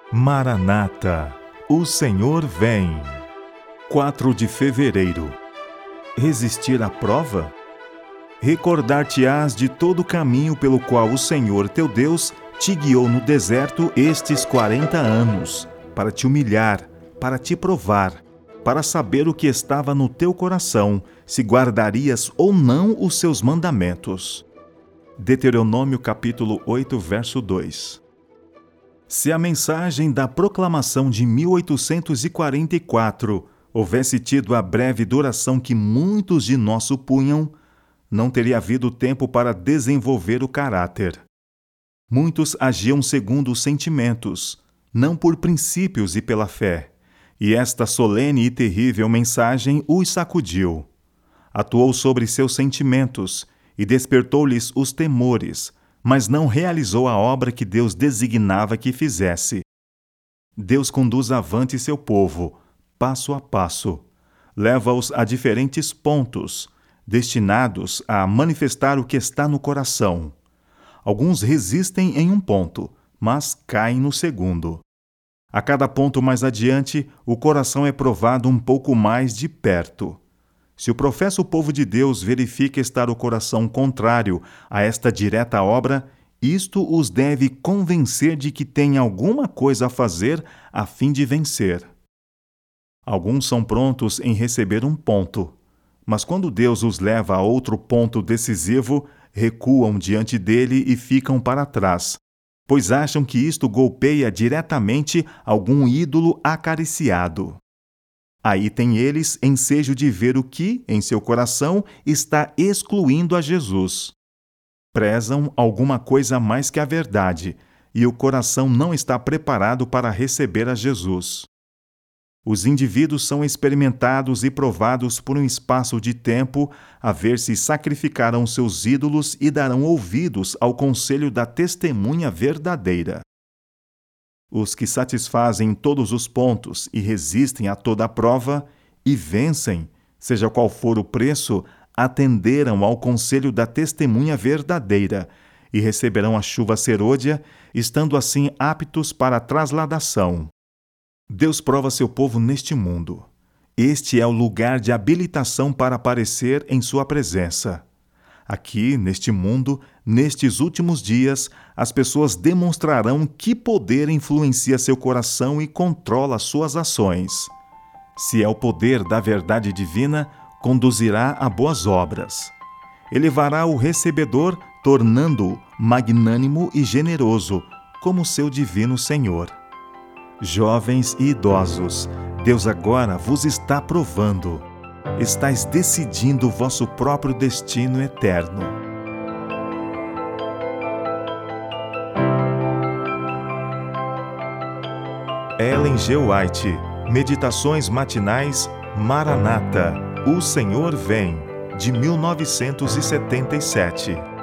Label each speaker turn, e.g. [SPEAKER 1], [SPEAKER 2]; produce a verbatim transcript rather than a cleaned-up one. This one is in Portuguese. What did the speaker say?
[SPEAKER 1] Maranata, o Senhor vem. quatro de fevereiro. Resistir à prova? Recordar-te-ás de todo o caminho pelo qual o Senhor teu Deus te guiou no deserto estes quarenta anos, para te humilhar, para te provar, para saber o que estava no teu coração, se guardarias ou não os seus mandamentos. Deuteronômio capítulo oito, verso dois. Se a mensagem da proclamação de mil oitocentos e quarenta e quatro houvesse tido a breve duração que muitos de nós supunham, não teria havido tempo para desenvolver o caráter. Muitos agiam segundo os sentimentos, não por princípios e pela fé, e esta solene e terrível mensagem os sacudiu. Atuou sobre seus sentimentos e despertou-lhes os temores, mas não realizou a obra que Deus designava que fizesse. Deus conduz avante seu povo, passo a passo, leva-os a diferentes pontos, destinados a manifestar o que está no coração. Alguns resistem em um ponto, mas caem no segundo. A cada ponto mais adiante, o coração é provado um pouco mais de perto. Se o professo povo de Deus verifica estar o coração contrário a esta direta obra, isto os deve convencer de que tem alguma coisa a fazer a fim de vencer. Alguns são prontos em receber um ponto, mas quando Deus os leva a outro ponto decisivo, recuam diante dele e ficam para trás, pois acham que isto golpeia diretamente algum ídolo acariciado. Aí tem eles ensejo de ver o que, em seu coração, está excluindo a Jesus. Prezam alguma coisa mais que a verdade, e o coração não está preparado para receber a Jesus. Os indivíduos são experimentados e provados por um espaço de tempo a ver se sacrificarão seus ídolos e darão ouvidos ao conselho da testemunha verdadeira. Os que satisfazem todos os pontos e resistem a toda a prova e vencem, seja qual for o preço, atenderam ao conselho da testemunha verdadeira e receberão a chuva serôdia, estando assim aptos para a trasladação. Deus prova seu povo neste mundo. Este é o lugar de habilitação para aparecer em sua presença. Aqui, neste mundo, nestes últimos dias, as pessoas demonstrarão que poder influencia seu coração e controla suas ações. Se é o poder da verdade divina, conduzirá a boas obras. Elevará o recebedor, tornando-o magnânimo e generoso, como seu divino Senhor. Jovens e idosos, Deus agora vos está provando. Estais decidindo o vosso próprio destino eterno. Ellen G. White, Meditações Matinais, Maranata, o Senhor vem, de mil novecentos e setenta e sete.